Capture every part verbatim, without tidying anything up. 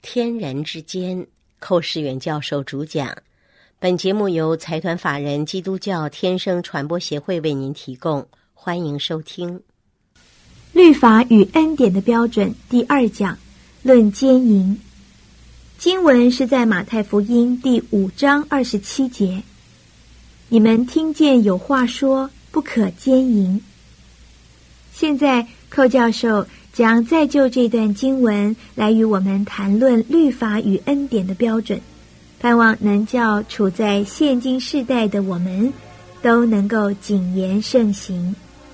天人之间，寇世远教授主讲。本节目由财团法人基督教天生传播协会为您提供，欢迎收听。 律法与恩典的标准第二讲，论奸淫。经文是在马太福音第五章二十七节。你们听见有话说，不可奸淫。现在寇教授将再就这段经文来与我们谈论律法与恩典的标准，盼望能叫处在现今世代的我们都能够谨言慎行。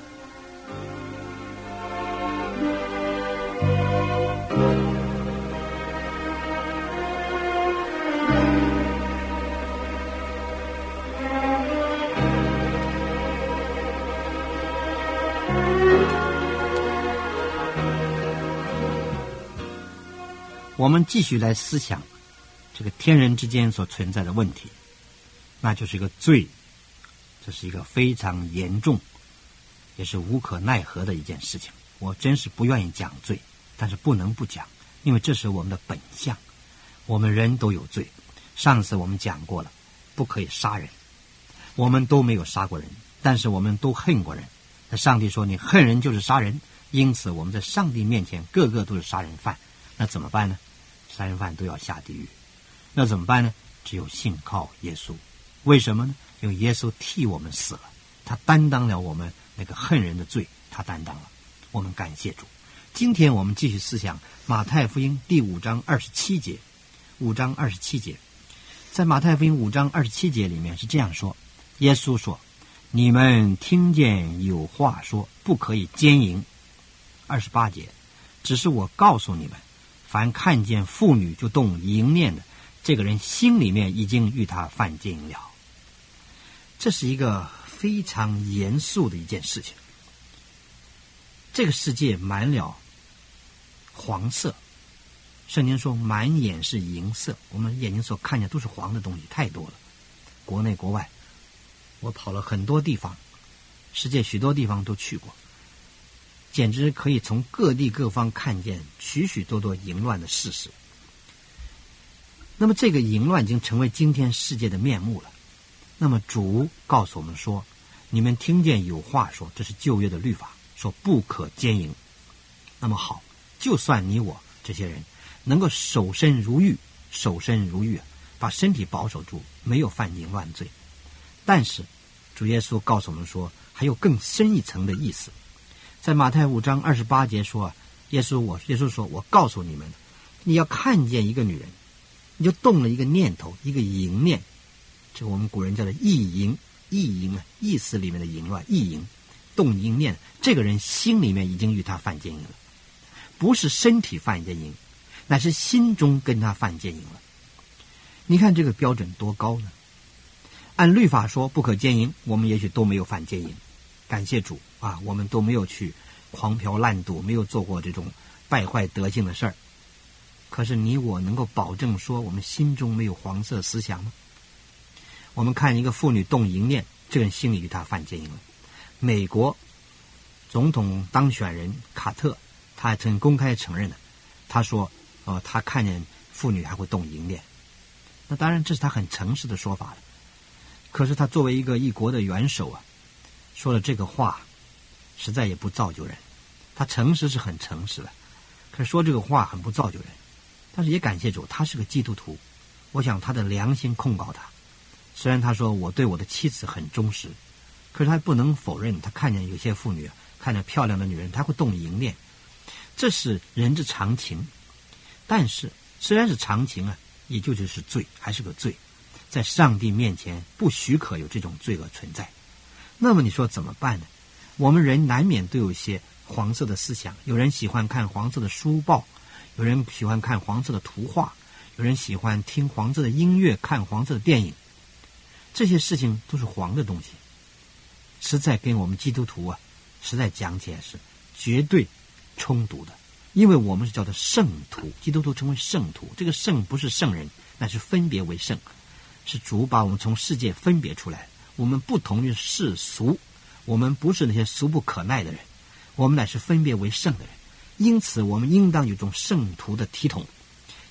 我们继续来思想这个天人之间所存在的问题，那就是一个罪，这是一个非常严重也是无可奈何的一件事情。我真是不愿意讲罪，但是不能不讲，因为这是我们的本相，我们人都有罪。上次我们讲过了，不可以杀人，我们都没有杀过人，但是我们都恨过人。那上帝说你恨人就是杀人，因此我们在上帝面前个个都是杀人犯。那怎么办呢？杀人犯都要下地狱，那怎么办呢？只有信靠耶稣。为什么呢？因为耶稣替我们死了，他担当了我们那个恨人的罪，他担当了。我们感谢主。今天我们继续思想马太福音第五章二十七节。五章二十七节，在马太福音五章二十七节里面是这样说：耶稣说，你们听见有话说，不可以奸淫。二十八节，只是我告诉你们，凡看见妇女就动淫念的，这个人心里面已经与他犯奸淫了。这是一个非常严肃的一件事情。这个世界满了黄色，圣经说满眼是银色，我们眼睛所看见都是黄的东西太多了，国内国外，我跑了很多地方，世界许多地方都去过，简直可以从各地各方看见许许多多淫乱的事实。那么这个淫乱已经成为今天世界的面目了。那么主告诉我们说，你们听见有话说，这是旧约的律法，说不可奸淫。那么好，就算你我这些人能够守身如玉，守身如玉，把身体保守住，没有犯淫乱罪，但是主耶稣告诉我们说，还有更深一层的意思。在马太五章二十八节说，耶稣我耶稣说，我告诉你们，你要看见一个女人，你就动了一个念头，一个淫念，这个我们古人叫做意淫，意淫啊，意思里面的淫乱，意淫，动淫念，这个人心里面已经与他犯奸淫了，不是身体犯奸淫，乃是心中跟他犯奸淫了。你看这个标准多高呢？按律法说不可奸淫，我们也许都没有犯奸淫，感谢主啊，我们都没有去狂嫖滥赌，没有做过这种败坏德性的事儿。可是你我能够保证说我们心中没有黄色思想吗？我们看一个妇女动淫念，这个人心里与他犯奸淫了。美国总统当选人卡特，他还曾公开承认的，他说呃，他看见妇女还会动淫念。那当然这是他很诚实的说法了。可是他作为一个一国的元首啊，说了这个话实在也不造就人。他诚实是很诚实的，可是说这个话很不造就人。但是也感谢主，他是个基督徒，我想他的良心控告他。虽然他说我对我的妻子很忠实，可是他不能否认，他看见有些妇女啊，看见漂亮的女人，他会动淫念，这是人之常情。但是虽然是常情啊，也就就是罪，还是个罪，在上帝面前不许可有这种罪恶存在。那么你说怎么办呢？我们人难免都有一些黄色的思想，有人喜欢看黄色的书报，有人喜欢看黄色的图画，有人喜欢听黄色的音乐，看黄色的电影，这些事情都是黄的东西，实在跟我们基督徒啊，实在讲起来是绝对冲突的。因为我们是叫做圣徒，基督徒称为圣徒，这个圣不是圣人，那是分别为圣，是主把我们从世界分别出来，我们不同于世俗，我们不是那些俗不可耐的人，我们乃是分别为圣的人。因此我们应当有种圣徒的体统，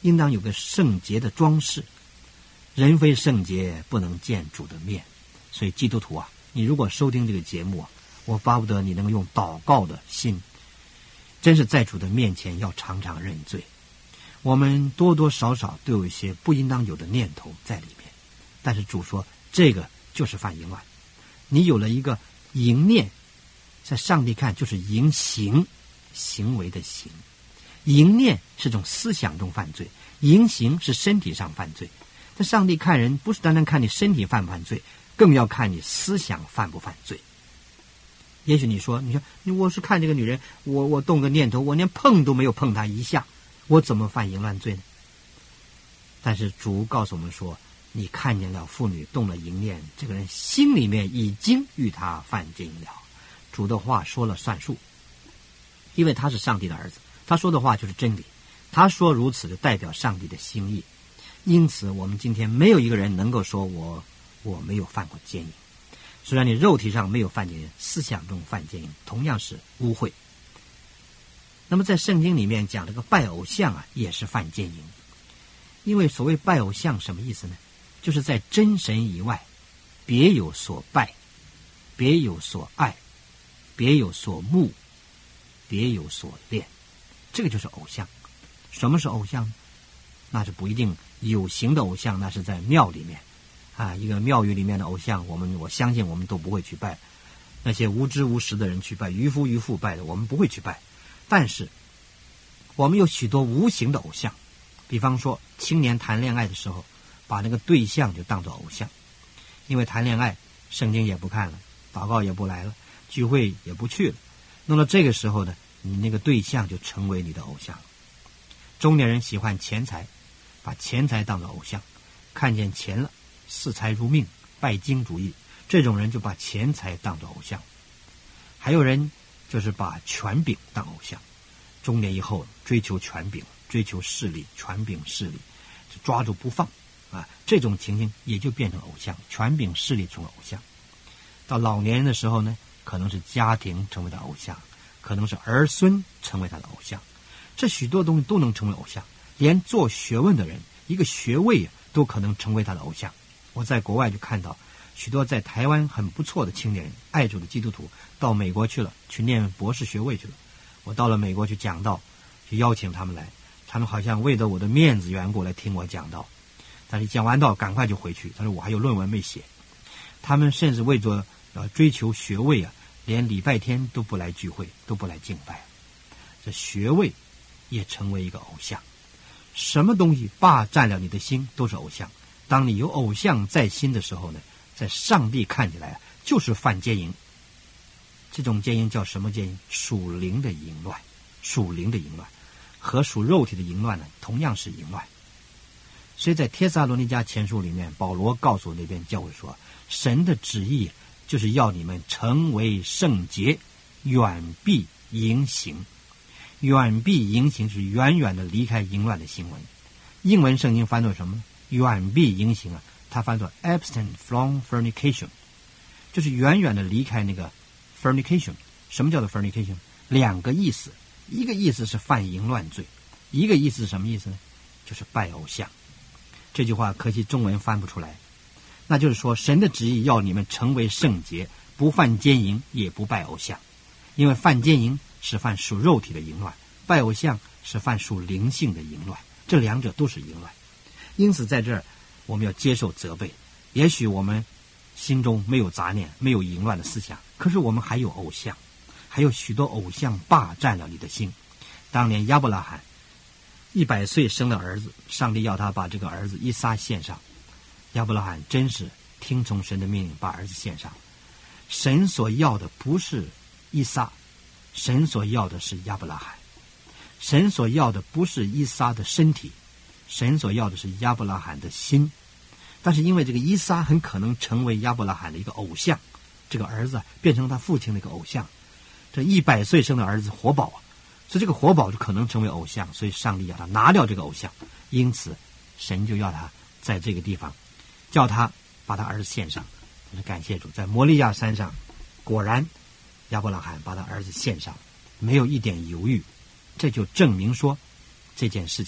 应当有个圣洁的装饰。人非圣洁，不能见主的面。所以基督徒啊，你如果收听这个节目啊，我巴不得你能够用祷告的心，真是在主的面前要常常认罪。我们多多少少都有一些不应当有的念头在里面，但是主说这个就是犯淫乱。你有了一个淫念，在上帝看就是淫行，行为的行。淫念是种思想中犯罪，淫行是身体上犯罪。在上帝看人，不是单单看你身体犯不犯罪，更要看你思想犯不犯罪。也许你说，你说我是看这个女人，我我动个念头，我连碰都没有碰她一下，我怎么犯淫乱罪呢？但是主告诉我们说，你看见了妇女动了淫念，这个人心里面已经与她犯奸淫了。主的话说了算数，因为他是上帝的儿子，他说的话就是真理，他说如此就代表上帝的心意。因此我们今天没有一个人能够说我我没有犯过奸淫。虽然你肉体上没有犯奸淫，思想中犯奸淫同样是污秽。那么在圣经里面讲这个拜偶像啊，也是犯奸淫。因为所谓拜偶像什么意思呢？就是在真神以外别有所拜，别有所爱，别有所慕，别有所恋，这个就是偶像。什么是偶像呢？那是不一定有形的偶像，那是在庙里面啊，一个庙宇里面的偶像，我们我相信我们都不会去拜。那些无知无识的人去拜，渔夫渔妇拜的，我们不会去拜。但是我们有许多无形的偶像，比方说青年谈恋爱的时候，把那个对象就当作偶像。因为谈恋爱圣经也不看了，祷告也不来了，聚会也不去了，那么这个时候呢，你那个对象就成为你的偶像。中年人喜欢钱财，把钱财当作偶像，看见钱了视财如命，拜金主义，这种人就把钱财当作偶像。还有人就是把权柄当偶像，中年以后追求权柄，追求势力，权柄势力就抓住不放啊，这种情形也就变成偶像，权柄势力成了偶像。到老年人的时候呢，可能是家庭成为他偶像，可能是儿孙成为他的偶像，这许多东西都能成为偶像。连做学问的人，一个学位都可能成为他的偶像。我在国外就看到许多在台湾很不错的青年人，爱主的基督徒，到美国去了，去念博士学位去了。我到了美国去讲道，去邀请他们来，他们好像为了我的面子缘故来听我讲道，但是讲完道赶快就回去，他说我还有论文没写。他们甚至为着呃追求学位啊，连礼拜天都不来聚会，都不来敬拜。这学位也成为一个偶像。什么东西霸占了你的心都是偶像。当你有偶像在心的时候呢，在上帝看起来就是犯奸淫。这种奸淫叫什么奸淫？属灵的淫乱。属灵的淫乱和属肉体的淫乱呢，同样是淫乱。所以在帖撒罗尼迦前书里面，保罗告诉那边教会说，神的旨意就是要你们成为圣洁，远避淫行。远避淫行是远远的离开淫乱的行为。英文圣经翻作什么呢？远避淫行啊，它翻作 abstain from fornication， 就是远远的离开那个 fornication。 什么叫做 fornication？ 两个意思，一个意思是犯淫乱罪，一个意思是什么意思呢？就是拜偶像。这句话可惜中文翻不出来，那就是说神的旨意要你们成为圣洁，不犯奸淫，也不拜偶像。因为犯奸淫是犯属肉体的淫乱，拜偶像是犯属灵性的淫乱，这两者都是淫乱。因此在这儿我们要接受责备。也许我们心中没有杂念，没有淫乱的思想，可是我们还有偶像，还有许多偶像霸占了你的心。当年亚伯拉罕一百岁生了儿子，上帝要他把这个儿子以撒献上，亚伯拉罕真是听从神的命令把儿子献上。神所要的不是以撒，神所要的是亚伯拉罕。神所要的不是以撒的身体，神所要的是亚伯拉罕的心。但是因为这个以撒很可能成为亚伯拉罕的一个偶像，这个儿子变成他父亲的一个偶像，这一百岁生的儿子活宝啊，所以这个活宝就可能成为偶像，所以上帝要他拿掉这个偶像。因此神就要他在这个地方叫他把他儿子献上。感谢主，在摩利亚山上果然亚伯拉罕把他儿子献上，没有一点犹豫。这就证明说这件事情呢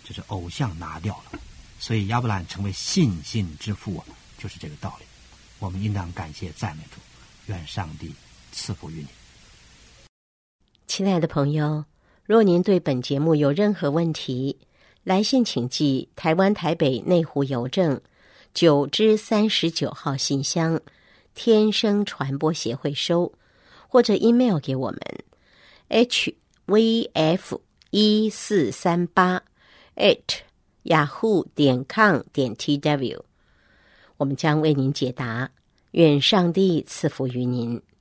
就是偶像拿掉了，所以亚伯兰成为信心之父啊，就是这个道理。我们应当感谢赞美主，愿上帝赐福于你。 亲爱的朋友，若您对本节目有任何问题，来信请寄台湾台北内湖邮政九之三十九号信箱，天生传播协会收，或者 email 给我们 h v f 一四三八 at yahoo 点 com 点 t w， 我们将为您解答。愿上帝赐福于您。